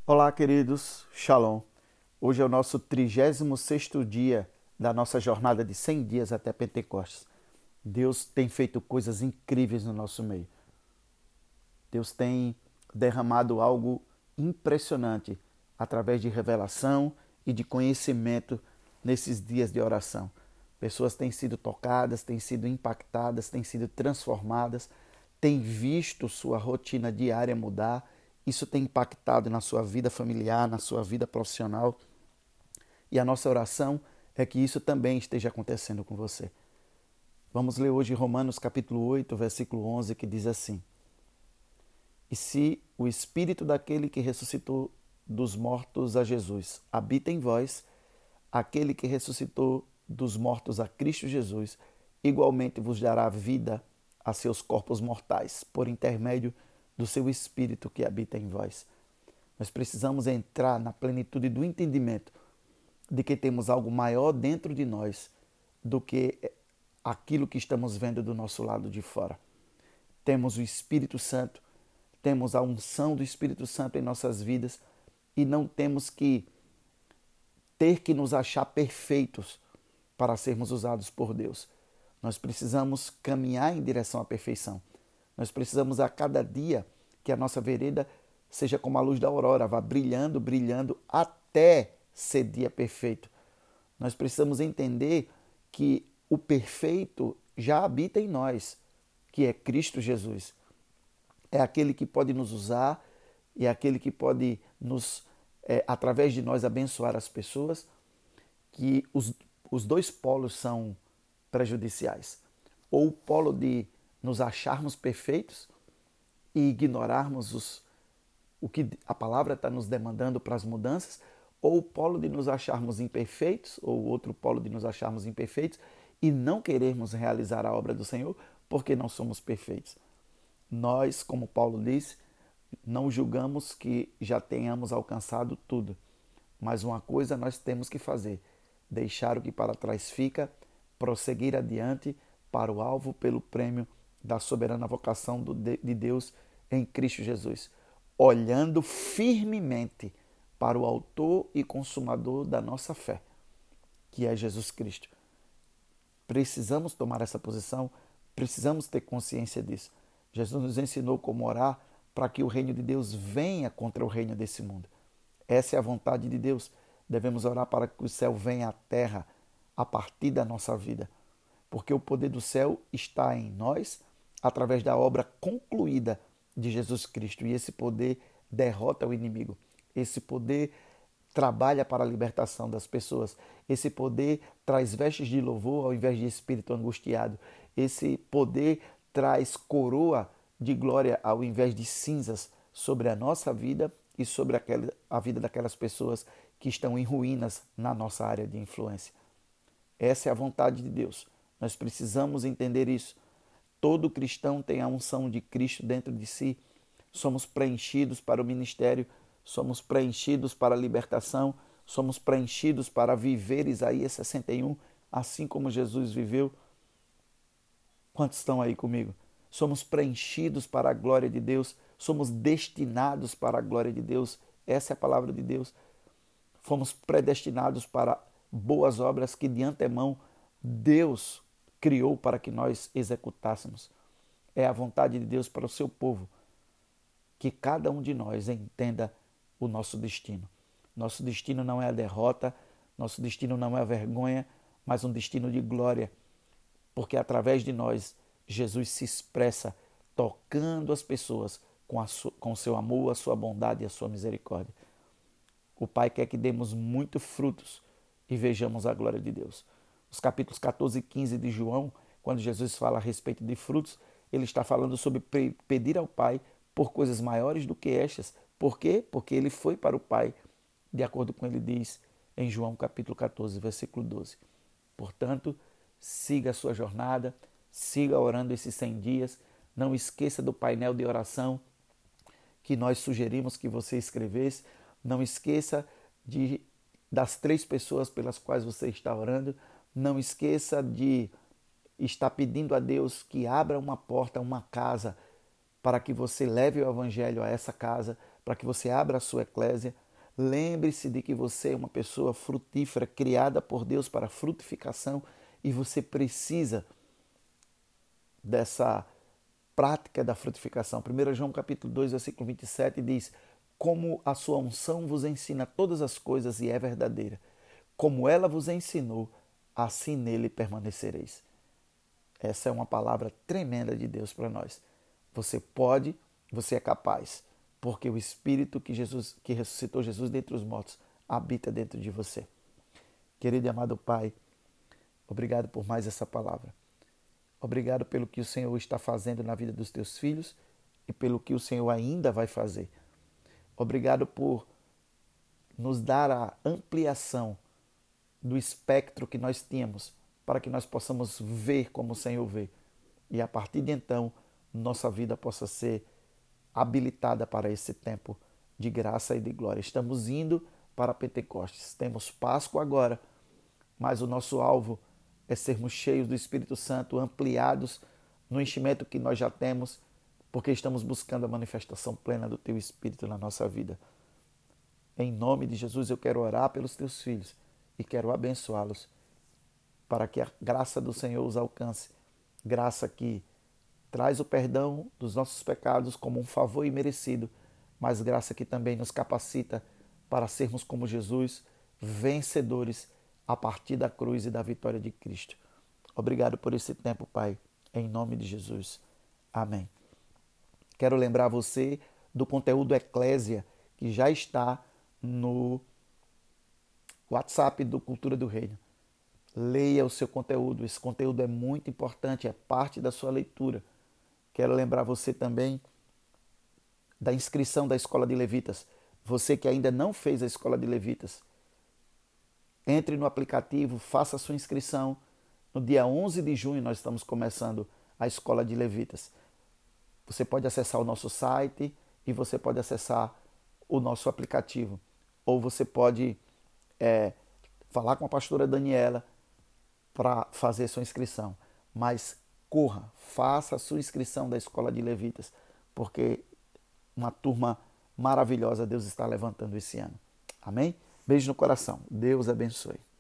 Olá, queridos. Shalom. Hoje é o nosso 36º dia da nossa jornada de 100 dias até Pentecostes. Deus tem feito coisas incríveis no nosso meio. Deus tem derramado algo impressionante através de revelação e de conhecimento nesses dias de oração. Pessoas têm sido tocadas, têm sido impactadas, têm sido transformadas, têm visto sua rotina diária mudar. Isso tem impactado na sua vida familiar, na sua vida profissional. E a nossa oração é que isso também esteja acontecendo com você. Vamos ler hoje Romanos capítulo 8, versículo 11, que diz assim: E se o Espírito daquele que ressuscitou dos mortos a Jesus habita em vós, aquele que ressuscitou dos mortos a Cristo Jesus, igualmente vos dará vida a seus corpos mortais, por intermédio do seu Espírito que habita em vós. Nós precisamos entrar na plenitude do entendimento de que temos algo maior dentro de nós do que aquilo que estamos vendo do nosso lado de fora. Temos o Espírito Santo, temos a unção do Espírito Santo em nossas vidas e não temos que ter que nos achar perfeitos para sermos usados por Deus. Nós precisamos caminhar em direção à perfeição. Nós precisamos a cada dia que a nossa vereda seja como a luz da aurora, vá brilhando, brilhando até ser dia perfeito. Nós precisamos entender que o perfeito já habita em nós, que é Cristo Jesus. É aquele que pode nos usar, é aquele que pode através de nós, abençoar as pessoas, que os dois polos são prejudiciais. Ou o polo de nos acharmos perfeitos e ignorarmos o que a palavra está nos demandando para as mudanças, ou o polo de nos acharmos imperfeitos, ou o outro polo de nos acharmos imperfeitos e não querermos realizar a obra do Senhor porque não somos perfeitos. Nós, como Paulo disse, não julgamos que já tenhamos alcançado tudo, mas uma coisa nós temos que fazer: deixar o que para trás fica, prosseguir adiante para o alvo pelo prêmio da soberana vocação de Deus em Cristo Jesus, olhando firmemente para o autor e consumador da nossa fé, que é Jesus Cristo. Precisamos tomar essa posição, precisamos ter consciência disso. Jesus nos ensinou como orar para que o reino de Deus venha contra o reino desse mundo. Essa é a vontade de Deus. Devemos orar para que o céu venha à terra a partir da nossa vida, porque o poder do céu está em nós através da obra concluída de Jesus Cristo. E esse poder derrota o inimigo. Esse poder trabalha para a libertação das pessoas. Esse poder traz vestes de louvor ao invés de espírito angustiado. Esse poder traz coroa de glória ao invés de cinzas sobre a nossa vida e sobre a vida daquelas pessoas que estão em ruínas na nossa área de influência. Essa é a vontade de Deus. Nós precisamos entender isso. Todo cristão tem a unção de Cristo dentro de si. Somos preenchidos para o ministério, somos preenchidos para a libertação, somos preenchidos para viver Isaías 61, assim como Jesus viveu. Quantos estão aí comigo? Somos preenchidos para a glória de Deus, somos destinados para a glória de Deus. Essa é a palavra de Deus. Fomos predestinados para boas obras que de antemão Deus criou para que nós executássemos. É a vontade de Deus para o seu povo que cada um de nós entenda o nosso destino. Nosso destino não é a derrota, nosso destino não é a vergonha, mas um destino de glória, porque através de nós Jesus se expressa tocando as pessoas com o seu amor, a sua bondade e a sua misericórdia. O Pai quer que demos muitos frutos e vejamos a glória de Deus. Os capítulos 14 e 15 de João, quando Jesus fala a respeito de frutos, ele está falando sobre pedir ao Pai por coisas maiores do que estas. Por quê? Porque ele foi para o Pai, de acordo com ele diz em João capítulo 14, versículo 12. Portanto, siga a sua jornada, siga orando esses 100 dias, não esqueça do painel de oração que nós sugerimos que você escrevesse, não esqueça das 3 pessoas pelas quais você está orando, não esqueça de estar pedindo a Deus que abra uma porta, uma casa, para que você leve o Evangelho a essa casa, para que você abra a sua eclésia. Lembre-se de que você é uma pessoa frutífera, criada por Deus para frutificação, e você precisa dessa prática da frutificação. 1 João capítulo 2, versículo 27 diz: como a sua unção vos ensina todas as coisas e é verdadeira, como ela vos ensinou, assim nele permanecereis. Essa é uma palavra tremenda de Deus para nós. Você pode, você é capaz, porque o Espírito que ressuscitou Jesus dentre os mortos habita dentro de você. Querido e amado Pai, obrigado por mais essa palavra. Obrigado pelo que o Senhor está fazendo na vida dos teus filhos e pelo que o Senhor ainda vai fazer. Obrigado por nos dar a ampliação do espectro que nós tínhamos para que nós possamos ver como o Senhor vê. E a partir de então, nossa vida possa ser habilitada para esse tempo de graça e de glória. Estamos indo para Pentecostes. Temos Páscoa agora, mas o nosso alvo é sermos cheios do Espírito Santo, ampliados no enchimento que nós já temos, porque estamos buscando a manifestação plena do Teu Espírito na nossa vida. Em nome de Jesus, eu quero orar pelos Teus filhos e quero abençoá-los para que a graça do Senhor os alcance. Graça que traz o perdão dos nossos pecados como um favor imerecido, mas graça que também nos capacita para sermos como Jesus, vencedores a partir da cruz e da vitória de Cristo. Obrigado por esse tempo, Pai, em nome de Jesus. Amém. Quero lembrar você do conteúdo Eclésia, que já está no WhatsApp do Cultura do Reino. Leia o seu conteúdo, esse conteúdo é muito importante, é parte da sua leitura. Quero lembrar você também da inscrição da Escola de Levitas. Você que ainda não fez a Escola de Levitas, entre no aplicativo, faça a sua inscrição. No dia 11 de junho nós estamos começando a Escola de Levitas. Você pode acessar o nosso site e você pode acessar o nosso aplicativo. Ou você pode falar com a pastora Daniela para fazer sua inscrição. Mas corra, faça a sua inscrição da Escola de Levitas, porque uma turma maravilhosa Deus está levantando esse ano. Amém? Beijo no coração. Deus abençoe.